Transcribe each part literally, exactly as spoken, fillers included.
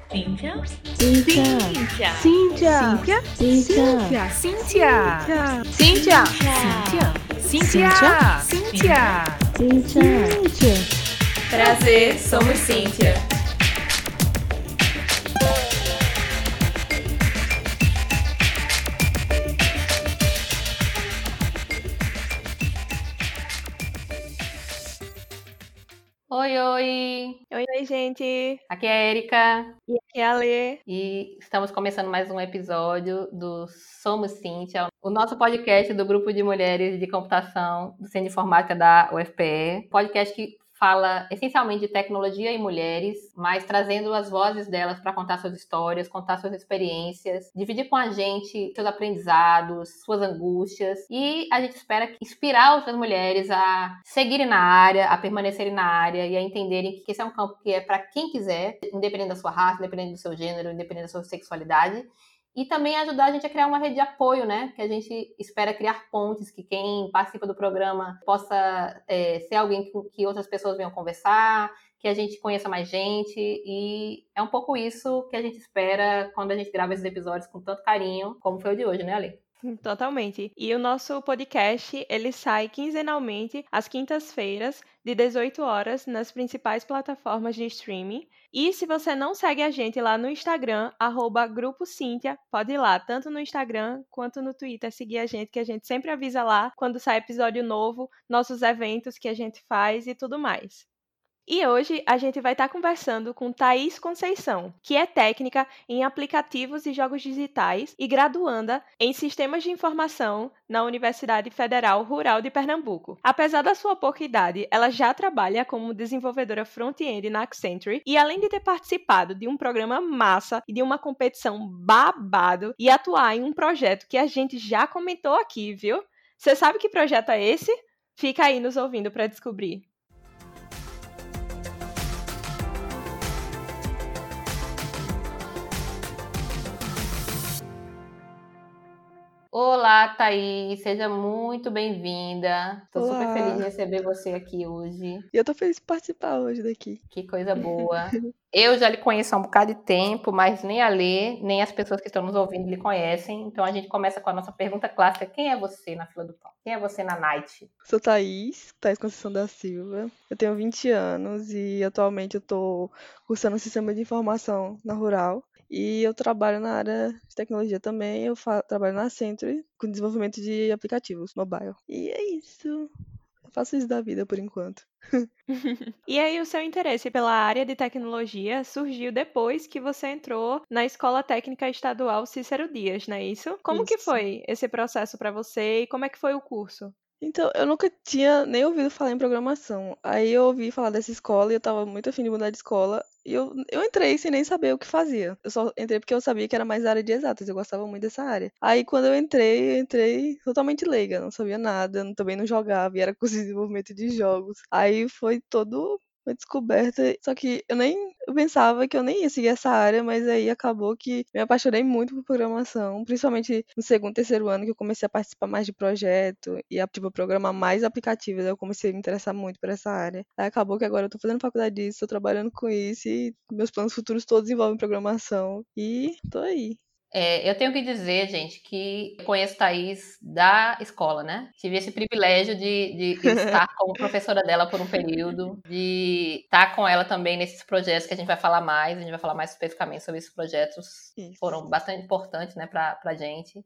Cíntia? Cíntia. Cíntia. Cíntia. Cíntia. Cíntia. Cíntia. Cíntia. Cíntia. Cíntia. Cíntia. Prazer, somos Cíntia. Oi, oi! Oi, oi, gente! Aqui é a Erika. E aqui é a Lê. E estamos começando mais um episódio do Somos Cíntia, o nosso podcast do Grupo de Mulheres de Computação do Centro de Informática da U F P E. Podcast que fala essencialmente de tecnologia e mulheres, mas trazendo as vozes delas para contar suas histórias, contar suas experiências, dividir com a gente seus aprendizados, suas angústias. E a gente espera inspirar outras mulheres a seguirem na área, a permanecerem na área e a entenderem que esse é um campo que é para quem quiser, independente da sua raça, independente do seu gênero, independente da sua sexualidade. E também ajudar a gente a criar uma rede de apoio, né? Que a gente espera criar pontes, que quem participa do programa possa é, ser alguém com que outras pessoas venham conversar, que a gente conheça mais gente. E é um pouco isso que a gente espera quando a gente grava esses episódios com tanto carinho, como foi o de hoje, né, Ale? Totalmente. E o nosso podcast, ele sai quinzenalmente às quintas-feiras, de dezoito horas, nas principais plataformas de streaming. E se você não segue a gente lá no Instagram, arroba Grupo Cíntia, pode ir lá, tanto no Instagram quanto no Twitter, seguir a gente, que a gente sempre avisa lá quando sai episódio novo, nossos eventos que a gente faz e tudo mais. E hoje a gente vai estar conversando com Thaís Conceição, que é técnica em aplicativos e jogos digitais e graduanda em sistemas de informação na Universidade Federal Rural de Pernambuco. Apesar da sua pouca idade, ela já trabalha como desenvolvedora front-end na Accenture e, além de ter participado de um programa massa e de uma competição babado e atuar em um projeto que a gente já comentou aqui, viu? Você sabe que projeto é esse? Fica aí nos ouvindo para descobrir. Olá, Thaís, seja muito bem-vinda. Estou super Olá. feliz de receber você aqui hoje. E eu tô feliz de participar hoje daqui. Que coisa boa. Eu já lhe conheço há um bocado de tempo, mas nem a Lê, nem as pessoas que estão nos ouvindo lhe conhecem. Então a gente começa com a nossa pergunta clássica. Quem é você na fila do pão? Quem é você na Night? Sou Thaís, Thaís Conceição da Silva. Eu tenho vinte anos e atualmente eu tô cursando Sistema de Informação na Rural. E eu trabalho na área de tecnologia também. Eu fa- trabalho na Accenture com desenvolvimento de aplicativos mobile. E é isso. Eu faço isso da vida por enquanto. E aí o seu interesse pela área de tecnologia surgiu depois que você entrou na Escola Técnica Estadual Cícero Dias, não é isso? Como que Isso. foi esse processo para você e como é que foi o curso? Então, eu nunca tinha nem ouvido falar em programação. Aí eu ouvi falar dessa escola e eu tava muito afim de mudar de escola. E eu, eu entrei sem nem saber o que fazia. Eu só entrei porque eu sabia que era mais área de exatas, eu gostava muito dessa área. Aí quando eu entrei, eu entrei totalmente leiga, não sabia nada, não- também não jogava, e era curso de desenvolvimento de jogos. Aí foi todo uma descoberta, só que eu nem eu pensava que eu nem ia seguir essa área, mas aí acabou que me apaixonei muito por programação, principalmente no segundo, terceiro ano que eu comecei a participar mais de projeto e a tipo programar mais aplicativos, aí eu comecei a me interessar muito por essa área. Aí acabou que agora eu tô fazendo faculdade disso, tô trabalhando com isso e meus planos futuros todos envolvem programação e tô aí. É, eu tenho que dizer, gente, que eu conheço Thaís da escola, né? Tive esse privilégio de, de estar como professora dela por um período, de estar com ela também nesses projetos que a gente vai falar mais, a gente vai falar mais especificamente sobre esses projetos que Isso. foram bastante importantes, né, pra, pra gente.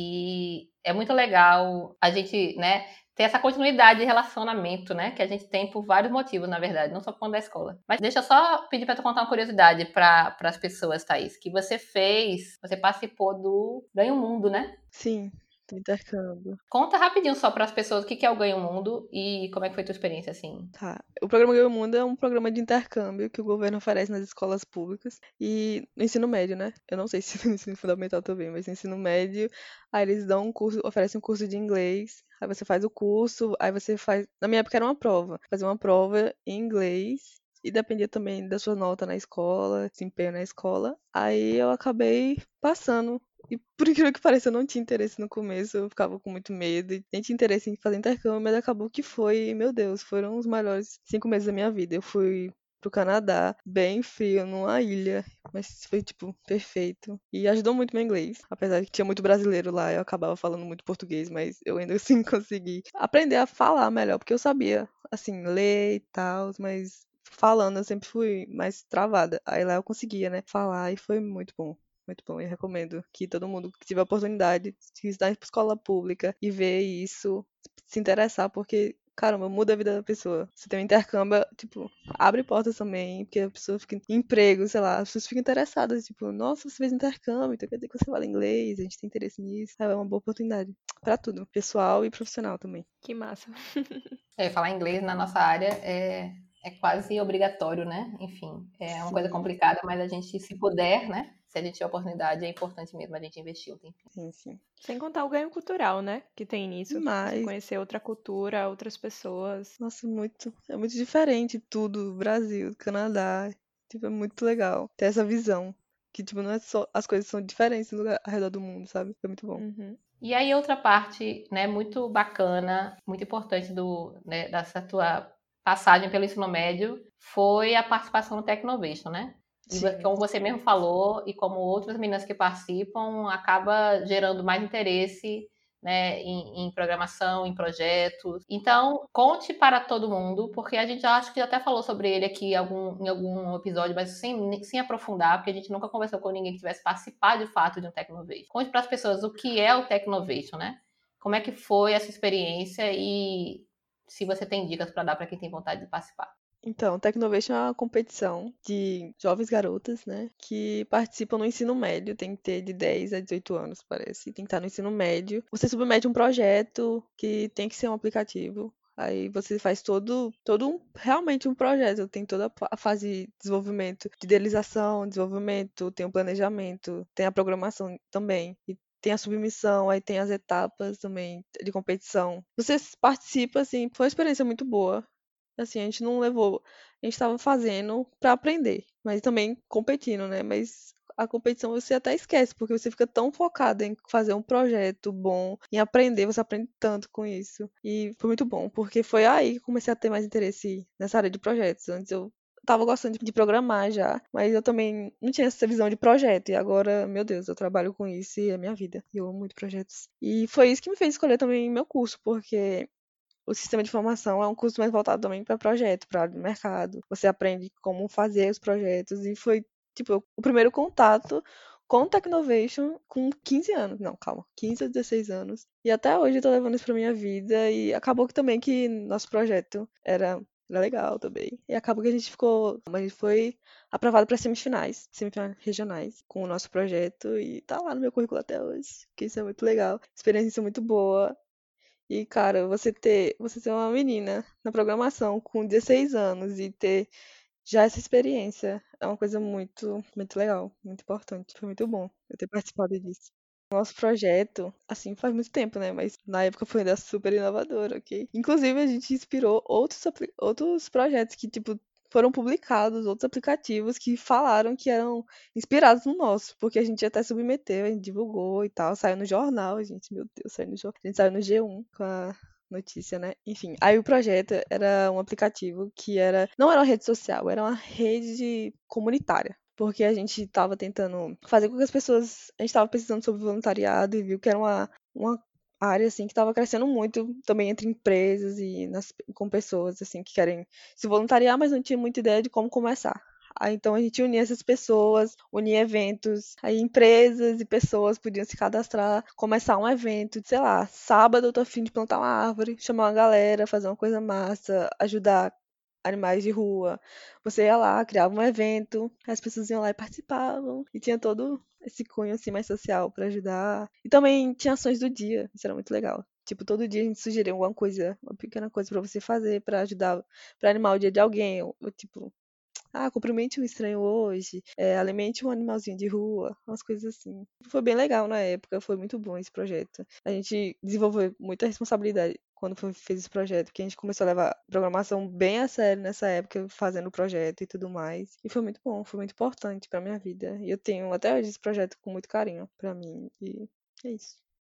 E é muito legal a gente, né, ter essa continuidade de relacionamento, né? Que a gente tem por vários motivos, na verdade, não só por conta da escola. Mas deixa eu só pedir pra tu contar uma curiosidade para as pessoas, Thaís, que você fez, você participou do Ganho Mundo, né? Sim, do intercâmbio. Conta rapidinho só para as pessoas o que que é o Ganho Mundo e como é que foi tua experiência, assim. Tá. O programa Ganha o Mundo é um programa de intercâmbio que o governo oferece nas escolas públicas e no ensino médio, né? Eu não sei se no ensino fundamental também, mas no ensino médio, aí eles dão um curso, oferecem um curso de inglês, aí você faz o curso, aí você faz. Na minha época era uma prova, fazer uma prova em inglês. E dependia também da sua nota na escola, desempenho na escola. Aí eu acabei passando. E por incrível que pareça, eu não tinha interesse no começo, eu ficava com muito medo, e nem tinha interesse em fazer intercâmbio, mas acabou que foi, e, meu Deus, foram os melhores cinco meses da minha vida. Eu fui pro Canadá, bem frio, numa ilha. Mas foi, tipo, perfeito. E ajudou muito meu inglês. Apesar de que tinha muito brasileiro lá, eu acabava falando muito português, mas eu ainda assim consegui aprender a falar melhor, porque eu sabia, assim, ler e tal, mas falando eu sempre fui mais travada. Aí lá eu conseguia, né, falar e foi muito bom. Muito bom, eu recomendo que todo mundo que tiver a oportunidade de estudar em escola pública e ver isso, se interessar, porque, caramba, muda a vida da pessoa. Você tem um intercâmbio, tipo, abre portas também, porque a pessoa fica em emprego, sei lá, as pessoas ficam interessadas, tipo, nossa, você fez intercâmbio, então quer dizer que você fala inglês, a gente tem interesse nisso. É uma boa oportunidade pra tudo, pessoal e profissional também. Que massa. É, falar inglês na nossa área é, é quase obrigatório, né? Enfim, é uma coisa Sim, complicada, mas a gente, se puder, né? Se a gente tiver oportunidade, é importante mesmo a gente investir o tempinho. sim, sim. Sem contar o ganho cultural, né? Que tem nisso. Você Demais. conhecer outra cultura, outras pessoas. Nossa, muito. É muito diferente tudo, Brasil, Canadá. Tipo, é muito legal ter essa visão. Que, tipo, não é só. As coisas são diferentes no lugar, ao redor do mundo, sabe? É muito bom. Uhum. E aí, outra parte, né, muito bacana, muito importante do, né, dessa tua passagem pelo ensino médio foi a participação no Technovation, né? E vo- Sim. como você mesmo falou, e como outras meninas que participam, acaba gerando mais interesse, né, em, em programação, em projetos. Então, conte para todo mundo, porque a gente já acho que já até falou sobre ele aqui em algum, em algum episódio, mas sem, sem aprofundar, porque a gente nunca conversou com ninguém que tivesse participado de fato de um Technovation. Conte para as pessoas o que é o Technovation, né? Como é que foi essa experiência e se você tem dicas para dar para quem tem vontade de participar. Então, Technovation é uma competição de jovens garotas, né? Que participam no ensino médio. Tem que ter de dez a dezoito anos, parece. Tem que estar no ensino médio. Você submete um projeto que tem que ser um aplicativo. Aí você faz todo, todo um, realmente um projeto. Tem toda a fase de desenvolvimento, de idealização, desenvolvimento, tem o planejamento, tem a programação também. E tem a submissão, aí tem as etapas também de competição. Você participa, assim, foi uma experiência muito boa. Assim, a gente não levou, a gente estava fazendo pra aprender, mas também competindo, né? Mas a competição você até esquece, porque você fica tão focado em fazer um projeto bom, em aprender, você aprende tanto com isso. E foi muito bom, porque foi aí que eu comecei a ter mais interesse nessa área de projetos. Antes eu tava gostando de programar já, mas eu também não tinha essa visão de projeto. E agora, meu Deus, eu trabalho com isso e é minha vida. E eu amo muito projetos. E foi isso que me fez escolher também meu curso, porque o sistema de informação é um curso mais voltado também para projeto, para mercado. Você aprende como fazer os projetos e foi, tipo, o primeiro contato com o Technovation com quinze anos. Não, calma, quinze a dezesseis anos. E até hoje eu tô levando isso pra minha vida e acabou que também que nosso projeto era era legal também. E acabou que a gente ficou, a gente foi aprovado para semifinais, semifinais regionais com o nosso projeto e tá lá no meu currículo até hoje, que isso é muito legal. Experiência muito boa. E, cara, você ter, você ser uma menina na programação com dezesseis anos e ter já essa experiência é uma coisa muito, muito legal, muito importante. Foi muito bom eu ter participado disso. Nosso projeto, assim, faz muito tempo, né? Mas na época foi ainda super inovador, ok? Inclusive, a gente inspirou outros, apli- outros projetos que, tipo, foram publicados, outros aplicativos que falaram que eram inspirados no nosso, porque a gente até submeteu, a gente divulgou e tal, saiu no jornal, a gente, meu Deus, saiu no jornal. A gente saiu no G um com a notícia, né? Enfim, aí o projeto era um aplicativo que era, não era uma rede social, era uma rede comunitária. Porque a gente estava tentando fazer com que as pessoas. A gente estava pesquisando sobre voluntariado e viu que era uma, uma área assim que estava crescendo muito também entre empresas e nas, com pessoas assim que querem se voluntariar, mas não tinha muita ideia de como começar. Aí, então a gente unia essas pessoas, unia eventos, aí empresas e pessoas podiam se cadastrar, começar um evento, sei lá, sábado eu tô a fim de plantar uma árvore, chamar uma galera, fazer uma coisa massa, ajudar animais de rua. Você ia lá, criava um evento, as pessoas iam lá e participavam, e tinha todo esse cunho assim mais social para ajudar. E também tinha ações do dia, isso era muito legal. Tipo, todo dia a gente sugeria alguma coisa, uma pequena coisa para você fazer para ajudar, para animar o dia de alguém, ou, ou, tipo, ah, cumprimente um estranho hoje, é, alimente um animalzinho de rua, umas coisas assim. Foi bem legal na época, foi muito bom esse projeto. A gente desenvolveu muita responsabilidade quando foi, fez esse projeto, porque a gente começou a levar programação bem a sério nessa época, fazendo o projeto e tudo mais. E foi muito bom, foi muito importante pra minha vida. E eu tenho até hoje esse projeto com muito carinho pra mim. E é isso.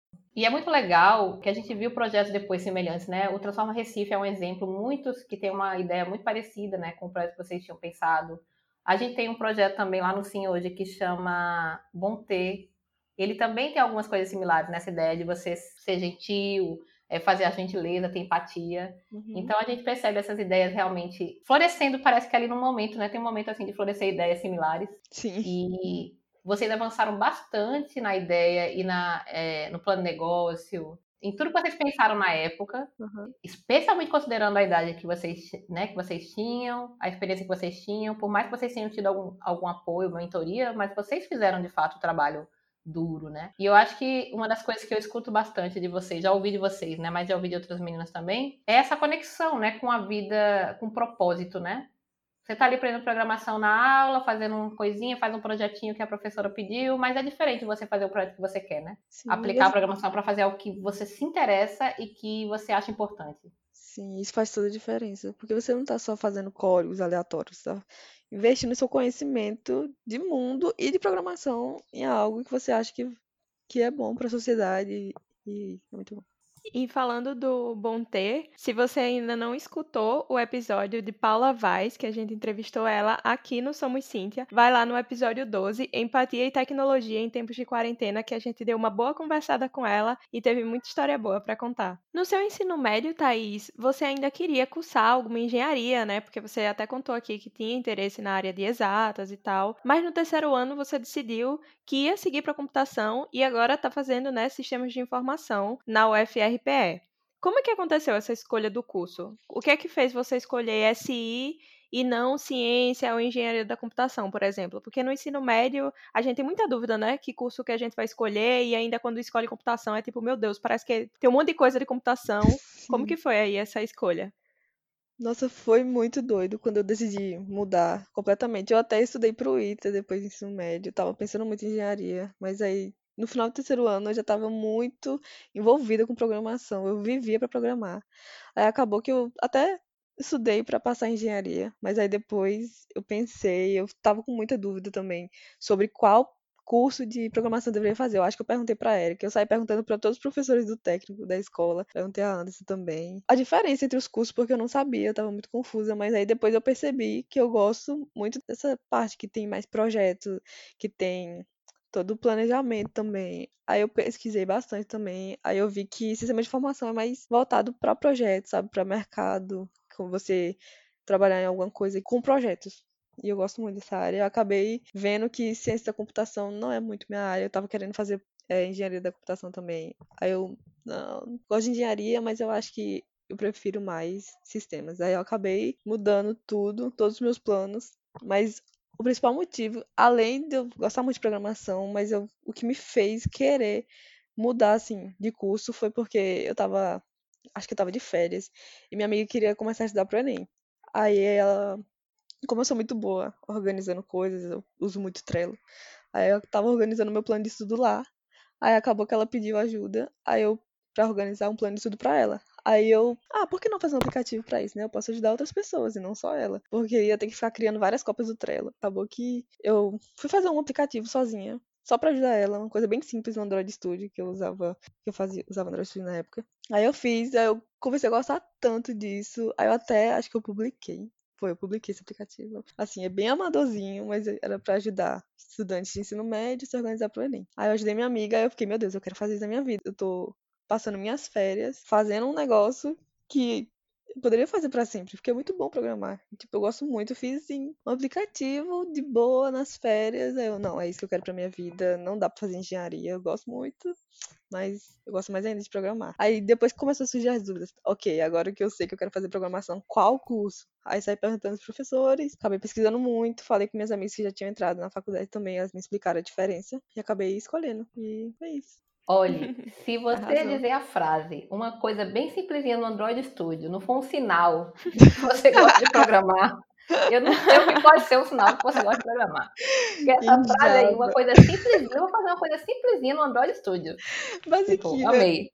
E é muito legal que a gente viu projetos depois semelhantes, né? O Transforma Recife é um exemplo, muitos que tem uma ideia muito parecida, né, com o projeto que vocês tinham pensado. A gente tem um projeto também lá no Sim hoje que chama Bom Ter. Ele também tem algumas coisas similares nessa ideia de você ser gentil, é, fazer a gentileza, ter empatia. Uhum. Então a gente percebe essas ideias realmente florescendo, parece que ali no momento, né? Tem um momento assim de florescer ideias similares. Sim. E vocês avançaram bastante na ideia e na, é, no plano de negócio, em tudo que vocês pensaram na época, Uhum. especialmente considerando a idade que vocês, né, que vocês tinham, a experiência que vocês tinham, por mais que vocês tenham tido algum, algum apoio, mentoria, mas vocês fizeram de fato o trabalho duro, né? E eu acho que uma das coisas que eu escuto bastante de vocês, já ouvi de vocês, né, mas já ouvi de outras meninas também, é essa conexão, né, com a vida, com o propósito, né? Você tá ali aprendendo programação na aula, fazendo uma coisinha, faz um projetinho que a professora pediu, mas é diferente você fazer o projeto que você quer, né? Sim, Aplicar mas- a programação para fazer algo que você se interessa e que você acha importante. Sim, isso faz toda a diferença. Porque você não tá só fazendo códigos aleatórios, você tá investindo seu conhecimento de mundo e de programação em algo que você acha que, que é bom para a sociedade e é muito bom. E falando do Bom Ter, se você ainda não escutou o episódio de Paula Vaz, que a gente entrevistou ela aqui no Somos Cíntia, vai lá no episódio doze, Empatia e Tecnologia em Tempos de Quarentena, que a gente deu uma boa conversada com ela e teve muita história boa para contar. No seu ensino médio, Thaís, você ainda queria cursar alguma engenharia, né? Porque você até contou aqui que tinha interesse na área de exatas e tal, mas no terceiro ano você decidiu que ia seguir para computação e agora está fazendo, né, sistemas de informação na U F R P E. Como é que aconteceu essa escolha do curso? O que é que fez você escolher S I e não ciência ou engenharia da computação, por exemplo? Porque no ensino médio a gente tem muita dúvida, né, que curso que a gente vai escolher e ainda quando escolhe computação é tipo, meu Deus, parece que tem um monte de coisa de computação. Como que foi aí essa escolha? Nossa, foi muito doido quando eu decidi mudar completamente. Eu até estudei pro I T A depois do ensino médio, tava pensando muito em engenharia, mas aí no final do terceiro ano eu já tava muito envolvida com programação, eu vivia para programar. Aí acabou que eu até estudei para passar em engenharia, mas aí depois eu pensei, eu tava com muita dúvida também sobre qual curso de programação eu deveria fazer. Eu acho que eu perguntei pra Erika, eu saí perguntando pra todos os professores do técnico da escola, perguntei a Anderson também. A diferença entre os cursos, porque eu não sabia, eu tava muito confusa, mas aí depois eu percebi que eu gosto muito dessa parte que tem mais projetos, que tem todo o planejamento também. Aí eu pesquisei bastante também, aí eu vi que sistema de informação é mais voltado pra projetos, sabe, pra mercado, com você trabalhar em alguma coisa com projetos. E eu gosto muito dessa área. Eu acabei vendo que ciência da computação não é muito minha área. Eu tava querendo fazer é, engenharia da computação também. Aí eu não gosto de engenharia, mas eu acho que eu prefiro mais sistemas. Aí eu acabei mudando tudo, todos os meus planos. Mas o principal motivo, além de eu gostar muito de programação, mas eu, o que me fez querer mudar assim de curso foi porque eu tava, acho que eu tava de férias e minha amiga queria começar a estudar pro Enem. Aí ela, como eu sou muito boa organizando coisas, eu uso muito Trello. Aí eu tava organizando meu plano de estudo lá. Aí acabou que ela pediu ajuda, aí eu pra organizar um plano de estudo pra ela. Aí eu, ah, por que não fazer um aplicativo pra isso, né? Eu posso ajudar outras pessoas e não só ela, porque ia ter que ficar criando várias cópias do Trello. Acabou que eu fui fazer um aplicativo sozinha, só pra ajudar ela, uma coisa bem simples no Android Studio que eu usava, que eu fazia, usava Android Studio na época. Aí eu fiz, aí eu comecei a gostar tanto disso, aí eu até acho que eu publiquei. Foi, eu publiquei esse aplicativo. Assim, é bem amadorzinho, mas era pra ajudar estudantes de ensino médio a se organizar pro Enem. Aí eu ajudei minha amiga, aí eu fiquei, meu Deus, eu quero fazer isso na minha vida. Eu tô passando minhas férias, fazendo um negócio que eu poderia fazer pra sempre, porque é muito bom programar. Tipo, eu gosto muito. Eu fiz, assim, um aplicativo de boa nas férias. Aí eu, não, é isso que eu quero pra minha vida. Não dá pra fazer engenharia. Eu gosto muito, mas eu gosto mais ainda de programar. Aí depois começou a surgir as dúvidas. Ok, agora que eu sei que eu quero fazer programação, qual curso? Aí saí perguntando aos professores, acabei pesquisando muito, falei com minhas amigas que já tinham entrado na faculdade também, elas me explicaram a diferença e acabei escolhendo. E é isso. Olhe, se você Arrasou. dizer a frase, uma coisa bem simplesinha no Android Studio, não for um sinal que você gosta de programar, eu não sei o que pode ser um sinal que você gosta de programar. Porque essa Em frase aí, Java. uma coisa simplesinha, eu vou fazer uma coisa simplesinha no Android Studio. Tipo, Basiquinho, né? amei.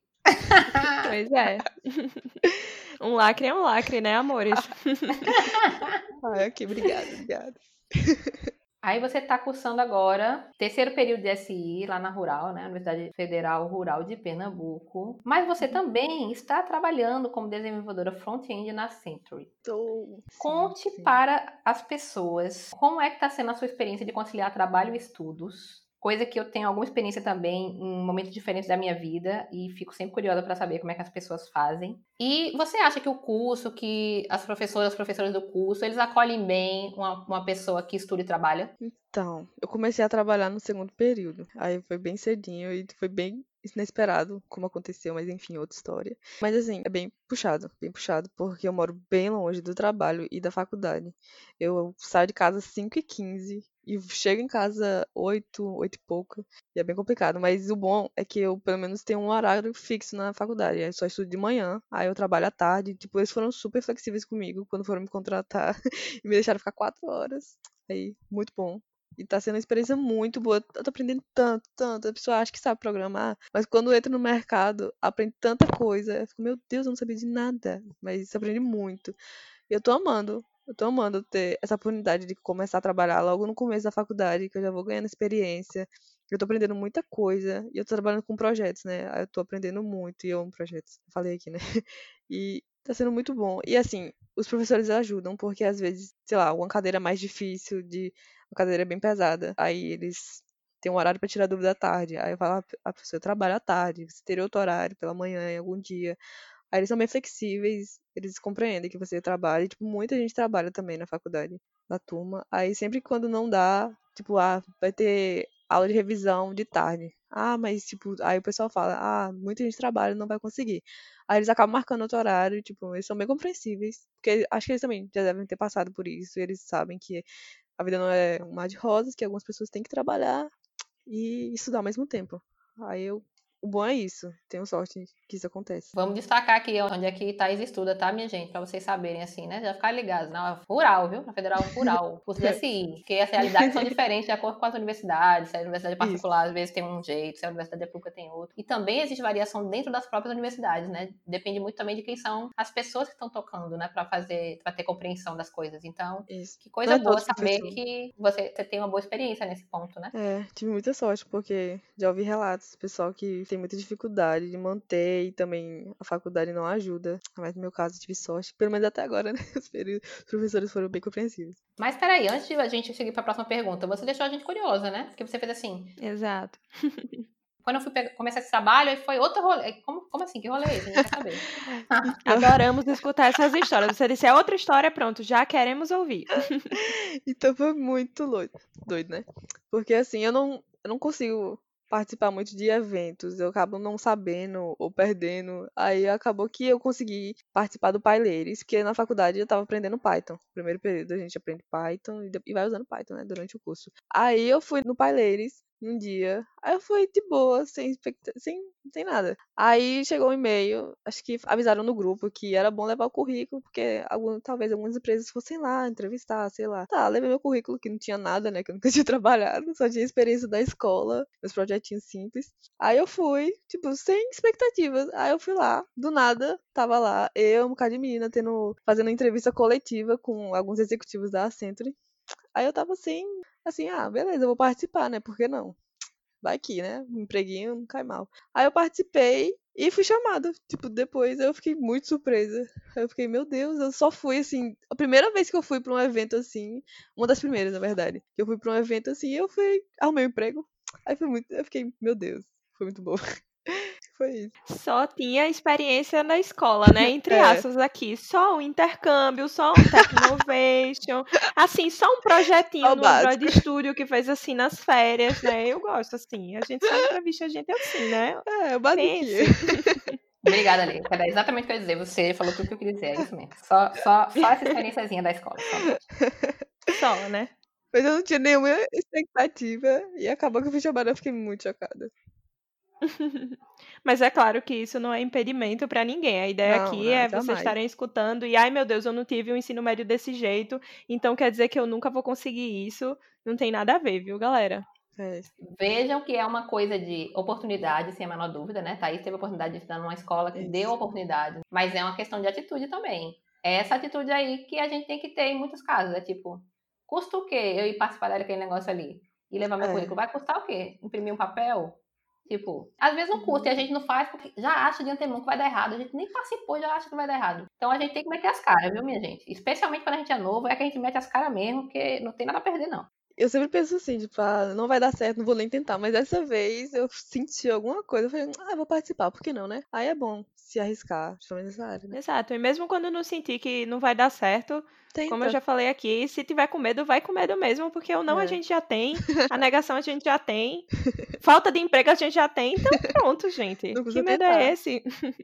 Pois é. Um lacre é um lacre, né, amores? Ai, ok, obrigada, obrigada. Aí você está cursando agora terceiro período de S I lá na Rural, né? Universidade Federal Rural de Pernambuco. Mas você também está trabalhando como desenvolvedora front-end na Century. Tô... Conte sim. para as pessoas como é que está sendo a sua experiência de conciliar trabalho e estudos. Coisa que eu tenho alguma experiência também em momentos diferentes da minha vida e fico sempre curiosa para saber como é que as pessoas fazem. E você acha que o curso, que as professoras, os professores do curso, eles acolhem bem uma, uma pessoa que estuda e trabalha? Então, eu comecei a trabalhar no segundo período. Aí foi bem cedinho e foi bem inesperado como aconteceu, mas enfim, outra história. Mas assim, é bem puxado, bem puxado, porque eu moro bem longe do trabalho e da faculdade. Eu saio de casa às cinco e quinze e chego em casa oito, oito e pouco. E é bem complicado, mas o bom é que eu pelo menos tenho um horário fixo na faculdade. Aí eu só estudo de manhã, aí eu trabalho à tarde. Tipo, eles foram super flexíveis comigo quando foram me contratar e me deixaram ficar quatro horas. Aí, muito bom. E tá sendo uma experiência muito boa. Eu tô aprendendo tanto, tanto. A pessoa acha que sabe programar, mas quando entra no mercado, aprende tanta coisa. Eu fico, meu Deus, eu não sabia de nada. Mas você aprende muito. E eu tô amando. Eu tô amando ter essa oportunidade de começar a trabalhar logo no começo da faculdade, que eu já vou ganhando experiência. Eu tô aprendendo muita coisa. E eu tô trabalhando com projetos, né? Aí eu tô aprendendo muito e eu amo projetos. Falei aqui, né? E tá sendo muito bom. E assim, os professores ajudam, porque às vezes, sei lá, uma cadeira mais difícil, de uma cadeira bem pesada, aí eles têm um horário pra tirar dúvida à tarde. Aí eu falo, a pessoa trabalha à tarde, você teria outro horário pela manhã em algum dia. Aí eles são bem flexíveis, eles compreendem que você trabalha. E, tipo, muita gente trabalha também na faculdade, na turma. Aí sempre quando não dá, tipo, ah, vai ter aula de revisão de tarde. Ah, mas, tipo, aí o pessoal fala, ah, muita gente trabalha, não vai conseguir. Aí eles acabam marcando outro horário, tipo, eles são bem compreensíveis. Porque acho que eles também já devem ter passado por isso. E eles sabem que a vida não é um mar de rosas, que algumas pessoas têm que trabalhar e estudar ao mesmo tempo. Aí eu, o bom é isso. Tenho sorte que isso acontece. Vamos destacar aqui onde é que Thaís estuda, tá, minha gente? Pra vocês saberem, assim, né? Já ficarem ligados. Na Rural, viu? Na Federal Rural. Curso de S I. Porque as realidades são diferentes de acordo com as universidades. Se a universidade particular, às vezes, tem um jeito. Se a universidade pública, tem outro. E também existe variação dentro das próprias universidades, né? Depende muito também de quem são as pessoas que estão tocando, né? Pra fazer, pra ter compreensão das coisas. Então, Isso. que coisa Não é boa todo saber professor. que você, você tem uma boa experiência nesse ponto, né? É, tive muita sorte, porque já ouvi relatos do pessoal que tem muita dificuldade de manter e também a faculdade não ajuda. Mas no meu caso, tive sorte. Pelo menos até agora, né? Os peri- os professores foram bem compreensivos. Mas peraí, antes de a gente seguir pra próxima pergunta, você deixou a gente curiosa, né? Porque você fez assim, Exato. quando eu fui pe- começar esse trabalho, aí foi outro rolê. Como, como assim? Que rolê é esse? A gente quer saber. Adoramos escutar essas histórias. Você disse, é outra história, pronto, já queremos ouvir. Então foi muito doido, doido, né? Porque assim, eu não, eu não consigo participar muito de eventos, eu acabo não sabendo ou perdendo. Aí acabou que eu consegui participar do PyLadies, porque na faculdade eu tava aprendendo Python. Primeiro período a gente aprende Python e de- e vai usando Python, né, durante o curso. Aí eu fui no PyLadies um dia, aí eu fui de boa, sem, expecta- sem, sem nada. Aí chegou um e-mail, acho que avisaram no grupo que era bom levar o currículo, porque algum, talvez algumas empresas fossem lá entrevistar, sei lá. Tá, levei meu currículo, que não tinha nada, né, que eu nunca tinha trabalhado, só tinha experiência da escola, meus projetinhos simples. Aí eu fui, tipo, sem expectativas. Aí eu fui lá, do nada, tava lá, eu, um bocado de menina, tendo, fazendo entrevista coletiva com alguns executivos da Accenture. Aí eu tava assim, assim, ah, beleza, eu vou participar, né, por que não? Vai que, né? Um empreguinho não cai mal. Aí eu participei e fui chamada. Tipo, depois eu fiquei muito surpresa. Aí eu fiquei, meu Deus, eu só fui assim. A primeira vez que eu fui pra um evento assim, uma das primeiras, na verdade, que eu fui pra um evento assim, eu fui, arrumei um emprego. Aí foi muito, eu fiquei, meu Deus, foi muito bom. Foi isso. Só tinha experiência na escola, né? Entre É. aspas aqui. Só um intercâmbio, só um Technovation. Assim, só um projetinho Só o no Android básico. Studio que fez assim nas férias, né? Eu gosto assim. A gente só entrevista a gente assim, né? É, o basiquinho. Pense. Obrigada, Lê. Era exatamente o que eu ia dizer. Você falou tudo que eu queria dizer, é isso mesmo. Só, só, só essa experiênciazinha da escola. Só. Só, né? Mas eu não tinha nenhuma expectativa e acabou que eu fui chamada, eu fiquei muito chocada. Mas é claro que isso não é impedimento para ninguém. A ideia Não, aqui não, é vocês jamais. estarem escutando e, ai meu Deus, eu não tive um ensino médio desse jeito, então quer dizer que eu nunca vou conseguir isso. Não tem nada a ver, viu, galera? É. Vejam que é uma coisa de oportunidade, sem a menor dúvida, né? Thaís teve a oportunidade de estudar numa escola que Isso. deu oportunidade, mas é uma questão de atitude também. É essa atitude aí que a gente tem que ter em muitos casos. É tipo, Custa o quê eu ir participar daquele negócio ali? E levar meu É. currículo? Vai custar o quê? Imprimir um papel? Tipo, às vezes não custa e a gente não faz porque já acha de antemão que vai dar errado. A gente nem participou e já acha que vai dar errado. Então a gente tem que meter as caras, viu, minha gente? Especialmente quando a gente é novo, é que a gente mete as caras mesmo, porque não tem nada a perder, não. Eu sempre penso assim, tipo, ah, não vai dar certo, não vou nem tentar. Mas dessa vez eu senti alguma coisa. Eu falei, ah, eu vou participar, por que não, né? Aí é bom se arriscar, principalmente nessa área, né? Exato. E mesmo quando não sentir que não vai dar certo, como eu Tenta. já falei aqui, se tiver com medo, vai com medo mesmo, porque o não a É. gente já tem, a negação a gente já tem, falta de emprego a gente já tem, então pronto, gente. Não Que precisa medo tentar. é esse?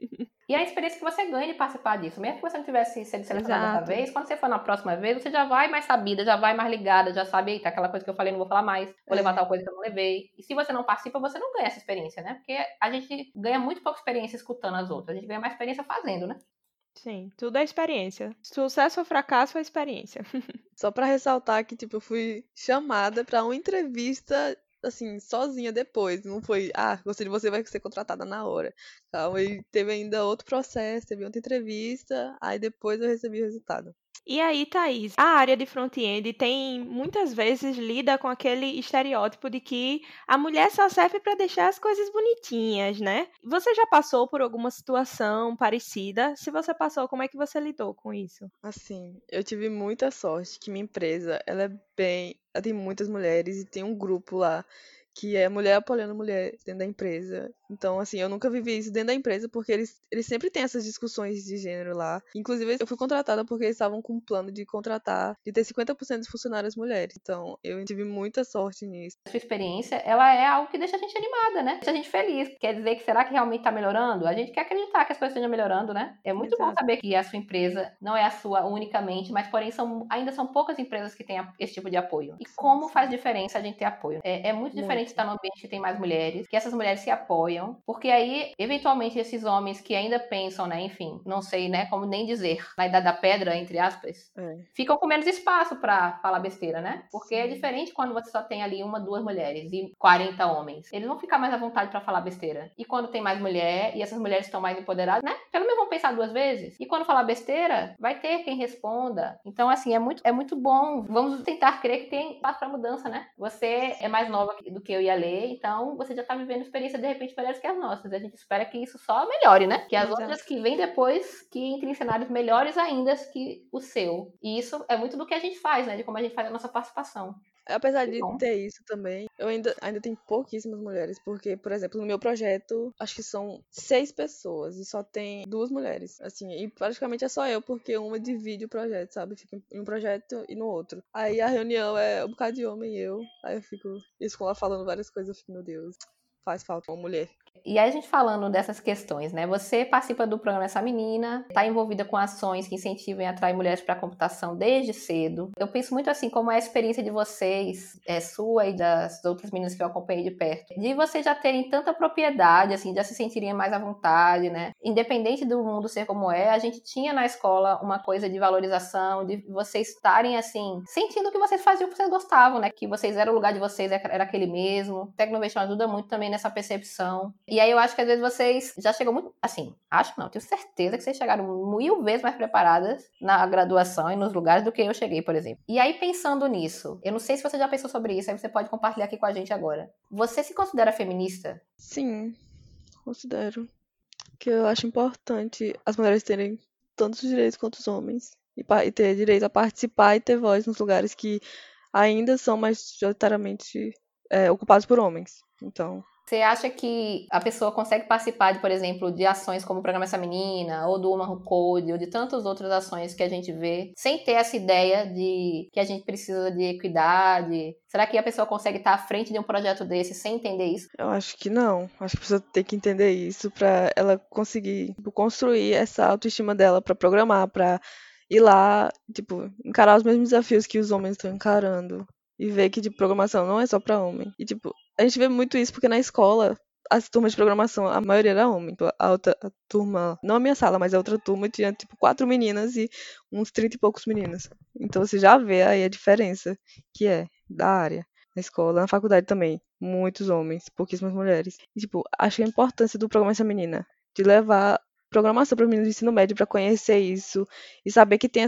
E a experiência que você ganha de participar disso. Mesmo que você não tivesse sido selecionado dessa Exato. vez, quando você for na próxima vez, você já vai mais sabida, já vai mais ligada, já sabe, eita, aquela coisa que eu falei, não vou falar mais, vou É. levar tal coisa que eu não levei. E se você não participa, você não ganha essa experiência, né? Porque a gente ganha muito pouca experiência escutando as outras, a gente ganha mais experiência fazendo, né? Sim, tudo é experiência. Sucesso ou fracasso é experiência. Só pra ressaltar que, tipo, eu fui chamada pra uma entrevista, assim, sozinha depois. Não foi, ah, gostei de você, vai ser contratada na hora. Calma, e teve ainda outro processo, teve outra entrevista, aí depois eu recebi o resultado. E aí, Thaís, a área de front-end tem muitas vezes lida com aquele estereótipo de que a mulher só serve para deixar as coisas bonitinhas, né? Você já passou por alguma situação parecida? Se você passou, como é que você lidou com isso? Assim, eu tive muita sorte que minha empresa, ela é bem, ela tem muitas mulheres e tem um grupo lá que é mulher apoiando mulher dentro da empresa. Então, assim, eu nunca vivi isso dentro da empresa, porque eles, eles sempre têm essas discussões de gênero lá. Inclusive, eu fui contratada porque eles estavam com um plano de contratar, de ter cinquenta por cento de funcionárias mulheres. Então, eu tive muita sorte nisso. A sua experiência, ela é algo que deixa a gente animada, né? Deixa a gente feliz. Quer dizer que será que realmente tá melhorando? A gente quer acreditar que as coisas estejam melhorando, né? É muito bom Exato. saber que a sua empresa não é a sua unicamente, mas porém são, ainda são poucas empresas que têm a- esse tipo de apoio. E como faz diferença a gente ter apoio? É, é muito diferente Muito. estar num ambiente que tem mais mulheres, que essas mulheres se apoiam, porque aí, eventualmente, esses homens que ainda pensam, né, enfim, não sei, né, como nem dizer, na idade da pedra, entre aspas, É. ficam com menos espaço pra falar besteira, né? Porque é Sim. diferente quando você só tem ali uma, duas mulheres e quarenta homens. Eles vão ficar mais à vontade pra falar besteira. E quando tem mais mulher e essas mulheres estão mais empoderadas, né? Pelo menos vão pensar duas vezes. E quando falar besteira, vai ter quem responda. Então, assim, é muito, é muito bom. Vamos tentar crer que tem espaço pra mudança, né? Você é mais nova do que eu e a Lê, então você já tá vivendo experiência, de repente, melhores que as nossas. A gente espera que isso só melhore, né? Que as Exato. outras que vêm depois, que entrem em cenários melhores ainda que o seu. E isso é muito do que a gente faz, né? De como a gente faz a nossa participação. Apesar Que de bom. ter isso também, eu ainda, ainda tenho pouquíssimas mulheres, porque, por exemplo, no meu projeto, acho que são seis pessoas e só tem duas mulheres, assim, e praticamente é só eu, porque uma divide o projeto, sabe? Fica em um projeto e no outro. Aí a reunião é um bocado de homem e eu, aí eu fico, eles ficam lá falando várias coisas, eu fico, meu Deus, faz falta uma mulher. E aí a gente falando dessas questões, né? Você participa do programa Essa Menina, está envolvida com ações que incentivam e atraem mulheres para a computação desde cedo. Eu penso muito assim, como é a experiência de vocês, é, sua e das outras meninas que eu acompanhei de perto, de vocês já terem tanta propriedade, assim, já se sentirem mais à vontade, né? Independente do mundo ser como é, a gente tinha na escola uma coisa de valorização, de vocês estarem, assim, sentindo que vocês faziam o que vocês gostavam, né? Que vocês eram o lugar de vocês, era aquele mesmo. Tecnovation ajuda muito também nessa percepção. E aí eu acho que às vezes vocês já chegam muito, assim, acho não, tenho certeza que vocês chegaram mil vezes mais preparadas na graduação e nos lugares do que eu cheguei, por exemplo. E aí pensando nisso, eu não sei se você já pensou sobre isso, aí você pode compartilhar aqui com a gente agora. Você se considera feminista? Sim, considero que eu acho importante as mulheres terem tantos direitos quanto os homens e, pa- e ter direito a participar e ter voz nos lugares que ainda são majoritariamente é, ocupados por homens. Então, Você acha que a pessoa consegue participar de, por exemplo, de ações como o Programa Essa Menina, ou do Woman Who Code, ou de tantas outras ações que a gente vê, sem ter essa ideia de que a gente precisa de equidade? Será que a pessoa consegue estar à frente de um projeto desse sem entender isso? eu acho que não. Acho que a pessoa tem que entender isso pra ela conseguir tipo, construir essa autoestima dela pra programar, pra ir lá, tipo, encarar os mesmos desafios que os homens estão encarando e ver que tipo, programação não é só pra homem. E tipo, a gente vê muito isso porque na escola as turmas de programação, a maioria era homem. Tipo, A outra a turma, não a minha sala, mas a outra turma tinha tipo quatro meninas e uns trinta e poucos meninos. Então você já vê aí a diferença que é da área. Na escola, na faculdade também, muitos homens, pouquíssimas mulheres. E, tipo, acho que a importância do programa Essa Menina, de levar programação para meninos do ensino médio para conhecer isso e saber que tem essa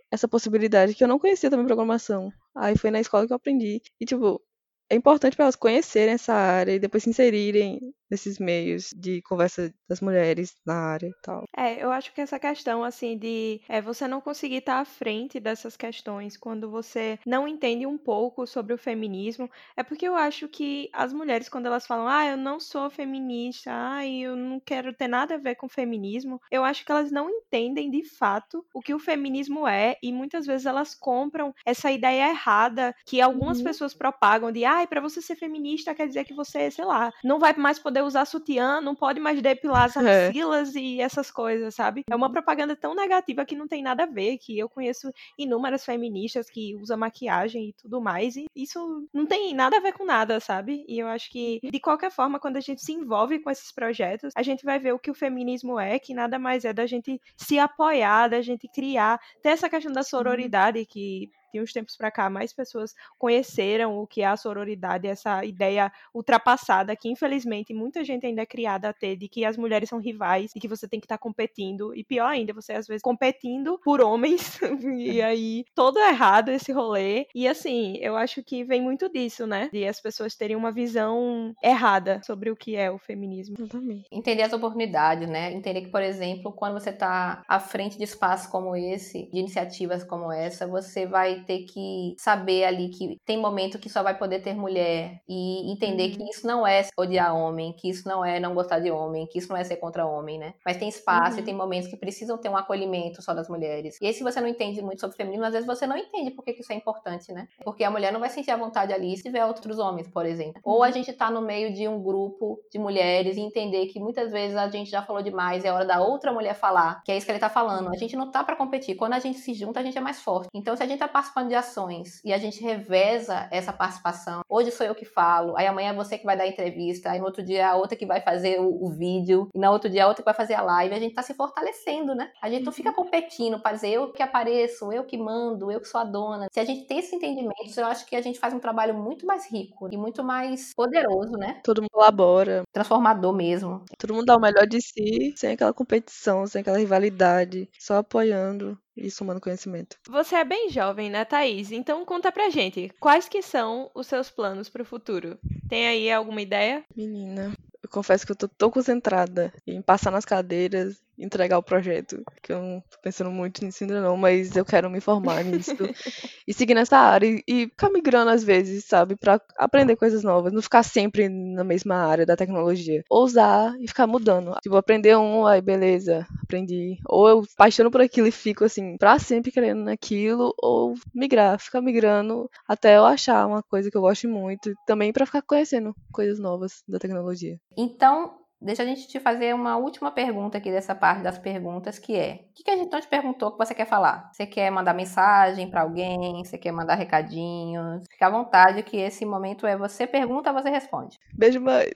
essa possibilidade, que eu não conhecia também programação. Aí foi na escola que eu aprendi. E, tipo, é importante para elas conhecerem essa área e depois se inserirem nesses meios de conversa das mulheres na área e tal. É, eu acho que essa questão, assim, de é, você não conseguir estar à frente dessas questões quando você não entende um pouco sobre o feminismo, é porque eu acho que as mulheres, quando elas falam, ah, eu não sou feminista, ah, eu não quero ter nada a ver com feminismo, eu acho que elas não entendem de fato o que o feminismo é e muitas vezes elas compram essa ideia errada que algumas Uhum. pessoas propagam de, ah, para você ser feminista quer dizer que você, sei lá, não vai mais poder usar sutiã, não pode mais depilar as É. axilas e essas coisas, sabe? É uma propaganda tão negativa que não tem nada a ver, que eu conheço inúmeras feministas que usam maquiagem e tudo mais, e isso não tem nada a ver com nada, sabe? E eu acho que, de qualquer forma, quando a gente se envolve com esses projetos, a gente vai ver o que o feminismo é, que nada mais é da gente se apoiar, da gente criar, ter essa questão da sororidade que de uns tempos para cá mais pessoas conheceram o que é a sororidade, essa ideia ultrapassada que infelizmente muita gente ainda é criada a ter, de que as mulheres são rivais, de que você tem que estar competindo, e pior ainda, você às vezes competindo por homens, e aí todo errado esse rolê, e assim, eu acho que vem muito disso, né, de as pessoas terem uma visão errada sobre o que é o feminismo. Exatamente. Entender as oportunidades, né? Entender que, por exemplo, quando você está à frente de espaços como esse, de iniciativas como essa, você vai ter que saber ali que tem momento que só vai poder ter mulher e entender uhum. que isso não é odiar homem, que isso não é não gostar de homem, que isso não é ser contra homem, né? Mas tem espaço uhum. e tem momentos que precisam ter um acolhimento só das mulheres. E aí, se você não entende muito sobre feminismo, às vezes você não entende por que isso é importante, né? Porque a mulher não vai sentir a vontade ali se tiver outros homens, por exemplo. Uhum. Ou a gente tá no meio de um grupo de mulheres e entender que muitas vezes a gente já falou demais, é hora da outra mulher falar, que é isso que ele tá falando. A gente não tá pra competir. Quando a gente se junta, a gente é mais forte. Então, se a gente tá participando de ações e a gente reveza essa participação, hoje sou eu que falo, aí amanhã é você que vai dar a entrevista, aí no outro dia a outra que vai fazer o, o vídeo, e na outro dia a outra que vai fazer a live, a gente tá se fortalecendo, né? A gente não fica competindo pra dizer eu que apareço, eu que mando, eu que sou a dona. Se a gente tem esse entendimento, eu acho que a gente faz um trabalho muito mais rico e muito mais poderoso, né? Todo mundo colabora. Transformador mesmo. Todo mundo dá o melhor de si, sem aquela competição, sem aquela rivalidade, só apoiando e somando conhecimento. Você é bem jovem, né, Thaís? Então conta pra gente, quais que são os seus planos pro futuro? Tem aí alguma ideia? Menina, eu confesso que eu tô tão concentrada em passar nas cadeiras, entregar o projeto, que eu não tô pensando muito nisso ainda não, mas eu quero me formar nisso e seguir nessa área e, e ficar migrando às vezes, sabe, pra aprender coisas novas, não ficar sempre na mesma área da tecnologia, ousar e ficar mudando, tipo, aprender um, aí beleza, aprendi, ou eu apaixono por aquilo e fico assim, pra sempre querendo naquilo, ou migrar, ficar migrando até eu achar uma coisa que eu gosto muito, também pra ficar conhecendo coisas novas da tecnologia. Então, deixa a gente te fazer uma última pergunta aqui dessa parte das perguntas, que é, o que, que a gente não te perguntou que você quer falar? Você quer mandar mensagem pra alguém? Você quer mandar recadinhos? Fica à vontade que esse momento é você pergunta, você responde. Beijo, mãe.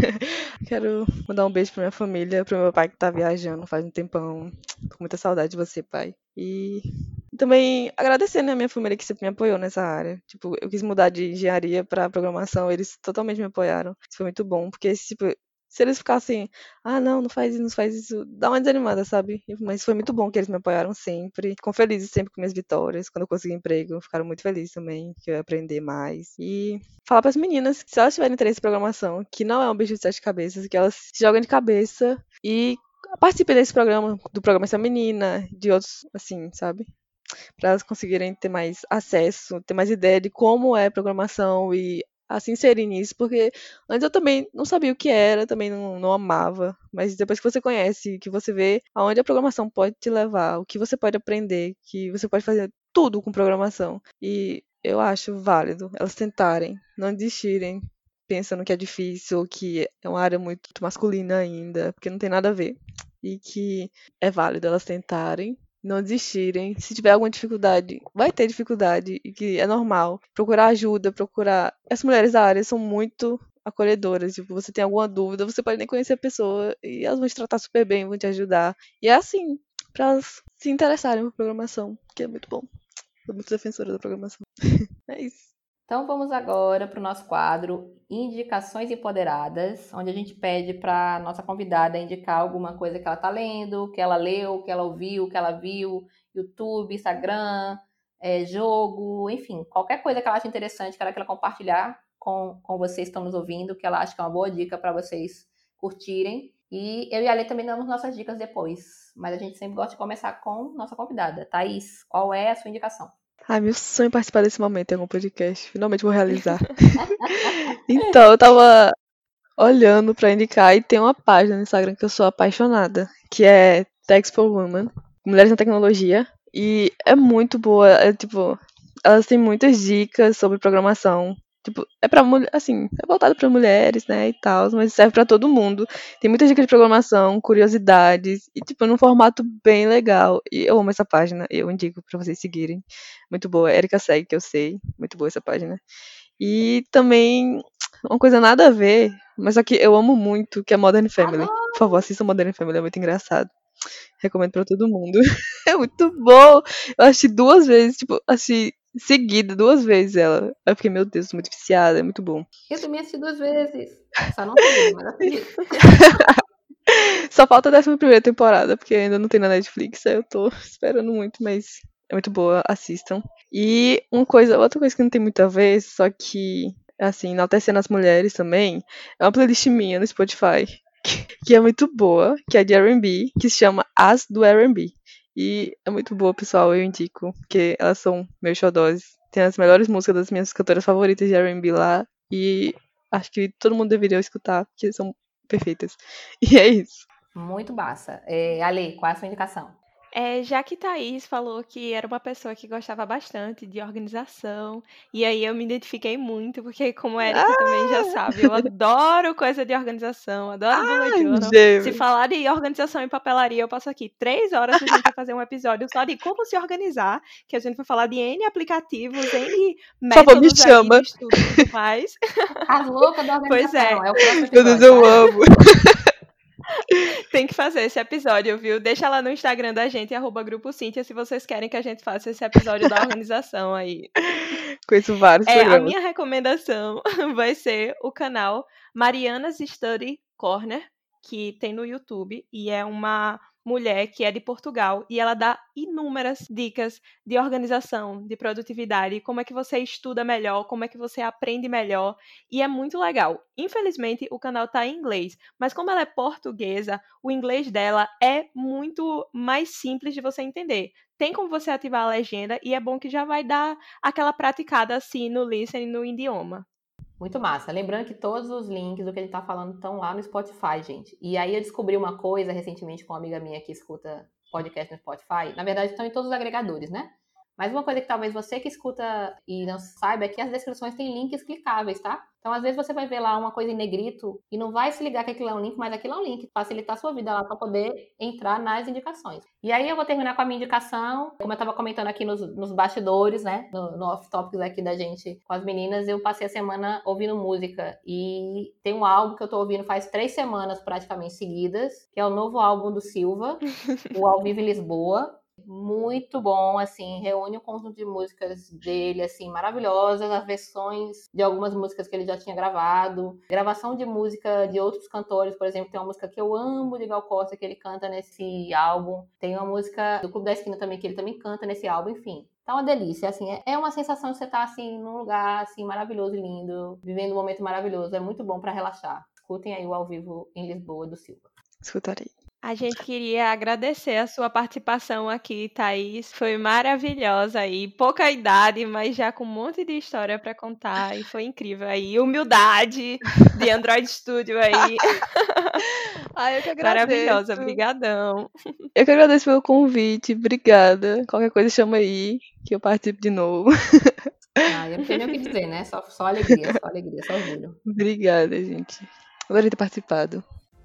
Quero mandar um beijo pra minha família, pro meu pai que tá viajando faz um tempão. Tô com muita saudade de você, pai. E também agradecer, né, a minha família que sempre me apoiou nessa área. Tipo, eu quis mudar de engenharia pra programação, eles totalmente me apoiaram. Isso foi muito bom, porque, tipo, se eles ficassem, ah, não, não faz isso, não faz isso, dá uma desanimada, sabe? Mas foi muito bom que eles me apoiaram sempre. Ficam felizes sempre com minhas vitórias. Quando eu consegui emprego, ficaram muito felizes também, que eu ia aprender mais. E falar pras meninas que se elas tiverem interesse em programação, que não é um bicho de sete cabeças, que elas se jogam de cabeça e participem desse programa, do programa Essa Menina, de outros, assim, sabe? Pra elas conseguirem ter mais acesso, ter mais ideia de como é programação e a se inserir nisso, porque antes eu também não sabia o que era, também não, não amava, mas depois que você conhece, que você vê aonde a programação pode te levar, o que você pode aprender, que você pode fazer tudo com programação, e eu acho válido elas tentarem, não desistirem, pensando que é difícil, que é uma área muito masculina ainda, porque não tem nada a ver, e que é válido elas tentarem, não desistirem. Se tiver alguma dificuldade, vai ter dificuldade, e que é normal. Procurar ajuda, procurar... As mulheres da área são muito acolhedoras. Tipo, você tem alguma dúvida, você pode nem conhecer a pessoa, e elas vão te tratar super bem, vão te ajudar. E é assim, pra elas se interessarem por programação, que é muito bom. Sou muito defensora da programação. É isso. Então vamos agora para o nosso quadro Indicações Empoderadas, onde a gente pede para a nossa convidada indicar alguma coisa que ela está lendo, que ela leu, que ela ouviu, que ela viu, YouTube, Instagram, é, jogo, enfim, qualquer coisa que ela ache interessante, que ela queira compartilhar com, com vocês que estão nos ouvindo, que ela acha que é uma boa dica para vocês curtirem. E eu e a Lê também damos nossas dicas depois, mas a gente sempre gosta de começar com nossa convidada. Thaís, qual é a sua indicação? Ai, meu sonho é participar desse momento em algum podcast. Finalmente vou realizar. Então, eu tava olhando pra indicar e tem uma página no Instagram que eu sou apaixonada, que é Tech for Women, Mulheres na Tecnologia. E é muito boa, é tipo, elas têm muitas dicas sobre programação. Tipo, é pra mulher, assim, é voltado pra mulheres, né, e tal, mas serve pra todo mundo. Tem muitas dicas de programação, curiosidades, e tipo, num formato bem legal. E eu amo essa página, eu indico pra vocês seguirem. Muito boa, Erika segue, que eu sei, muito boa essa página. E também, uma coisa nada a ver, mas só que eu amo muito, que é Modern Family. Por favor, assistam Modern Family, é muito engraçado. Recomendo pra todo mundo. É muito bom. Eu assisti duas vezes, tipo, assisti seguida, duas vezes ela. Eu fiquei, meu Deus, muito viciada, é muito bom. Eu também assisti duas vezes. Só não sei, mas assisti. Só falta a décima primeira temporada, porque ainda não tem na Netflix, aí eu tô esperando muito, mas é muito boa, assistam. E uma coisa, outra coisa que não tem muito a ver, só que, assim, enaltecendo as mulheres também, é uma playlist minha no Spotify, que é muito boa, que é de R and B, que se chama As do R and B. E é muito boa, pessoal, eu indico, porque elas são meus xodós. Tem as melhores músicas das minhas cantoras favoritas de R and B lá, e acho que todo mundo deveria escutar, porque são perfeitas. E é isso. Muito massa. É, Ale, qual é a sua indicação? É, já que Thaís falou que era uma pessoa que gostava bastante de organização, e aí eu me identifiquei muito, porque como a Erika ah! também já sabe, eu adoro coisa de organização, adoro bullet journal. Se falar de organização e papelaria, eu passo aqui três horas pra gente fazer um episódio só de como se organizar, que a gente vai falar de N aplicativos, N métodos me chama. Aí de estudo e tudo mais. As loucas da organização. Pois é. É o próximo episódio, meu Deus, eu tá? amo. Tem que fazer esse episódio, viu? Deixa lá no Instagram da gente, arroba Grupo Cíntia, se vocês querem que a gente faça esse episódio da organização aí. Conheço vários é, programas. A minha recomendação vai ser o canal Mariana's Study Corner, que tem no YouTube, e é uma mulher que é de Portugal, e ela dá inúmeras dicas de organização, de produtividade, como é que você estuda melhor, como é que você aprende melhor, e é muito legal. Infelizmente, o canal tá em inglês, mas como ela é portuguesa, o inglês dela é muito mais simples de você entender. Tem como você ativar a legenda, e é bom que já vai dar aquela praticada assim no listening, no idioma. Muito massa. Lembrando que todos os links do que a gente tá falando estão lá no Spotify, gente. E aí eu descobri uma coisa recentemente com uma amiga minha que escuta podcast no Spotify. Na verdade, estão em todos os agregadores, né? Mas uma coisa que talvez você que escuta e não saiba é que as descrições têm links clicáveis, tá? Então, às vezes, você vai ver lá uma coisa em negrito e não vai se ligar que aquilo é um link, mas aquilo é um link. Facilitar a sua vida lá para poder entrar nas indicações. E aí, eu vou terminar com a minha indicação. Como eu estava comentando aqui nos, nos bastidores, né? No, no off-topics aqui da gente com as meninas, eu passei a semana ouvindo música. E tem um álbum que eu tô ouvindo faz três semanas praticamente seguidas, que é o novo álbum do Silva, o Ao Vivo em Lisboa. Muito bom, assim, reúne um conjunto de músicas dele, assim, maravilhosas, as versões de algumas músicas que ele já tinha gravado, gravação de música de outros cantores, por exemplo, tem uma música que eu amo de Gal Costa, que ele canta nesse álbum, tem uma música do Clube da Esquina também, que ele também canta nesse álbum, enfim. Tá uma delícia, assim, é uma sensação de você estar, assim, num lugar, assim, maravilhoso e lindo, vivendo um momento maravilhoso, é muito bom pra relaxar. Escutem aí o Ao Vivo em Lisboa, do Silva. Escutarei. A gente queria agradecer a sua participação aqui, Thaís. Foi maravilhosa aí. Pouca idade, mas já com um monte de história para contar. E foi incrível aí. Humildade de Android Studio aí. Ai, eu que agradeço. Maravilhosa, brigadão. Eu que agradeço pelo convite. Obrigada. Qualquer coisa chama aí, que eu participo de novo. Ah, eu não tenho nem o que dizer, né? Só, só alegria, só alegria, só orgulho. Obrigada, gente. Adorei ter participado.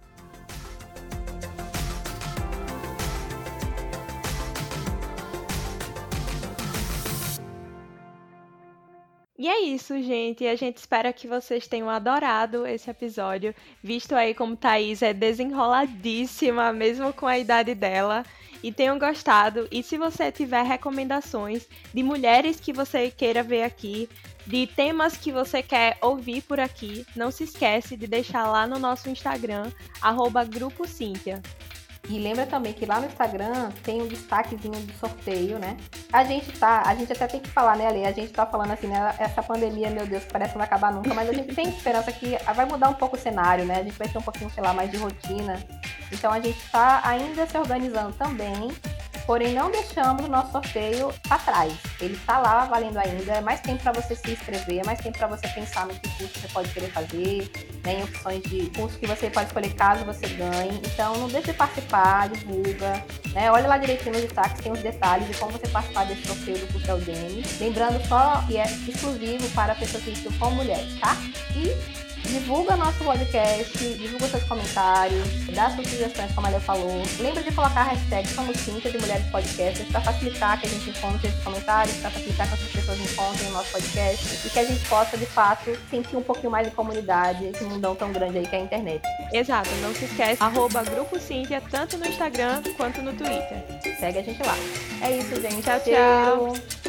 E é isso, gente. A gente espera que vocês tenham adorado esse episódio, visto aí como Thaís é desenroladíssima, mesmo com a idade dela, e tenham gostado. E se você tiver recomendações de mulheres que você queira ver aqui, de temas que você quer ouvir por aqui, não se esquece de deixar lá no nosso Instagram, arroba Grupo Cíntia. E lembra também que lá no Instagram tem um destaquezinho do sorteio, né? A gente tá, a gente até tem que falar, né, Ale? A gente tá falando assim, né? Essa pandemia, meu Deus, parece que não vai acabar nunca, mas a gente tem esperança que vai mudar um pouco o cenário, né? A gente vai ter um pouquinho, sei lá, mais de rotina. Então a gente tá ainda se organizando também, porém não deixamos o nosso sorteio para trás. Ele está lá valendo ainda, é mais tempo para você se inscrever, é mais tempo para você pensar no que curso você pode querer fazer, né, em opções de curso que você pode escolher caso você ganhe. Então não deixe de participar, divulga, né? Olha lá direitinho nos destaques, tem os detalhes de como você participar desse sorteio do curso da Udemy. Lembrando só que é exclusivo para pessoas que são mulheres, tá? E divulga nosso podcast, divulga seus comentários, dá suas sugestões, como a Léo falou. Lembra de colocar a hashtag Somos Cíntia de Mulheres Podcasters para facilitar que a gente encontre esses comentários, para facilitar que as pessoas encontrem o nosso podcast e que a gente possa, de fato, sentir um pouquinho mais de comunidade, esse mundão tão grande aí que é a internet. Exato, não se esquece, arroba Grupo Cíntia, tanto no Instagram quanto no Twitter. Segue a gente lá. É isso, gente. Tchau, tchau.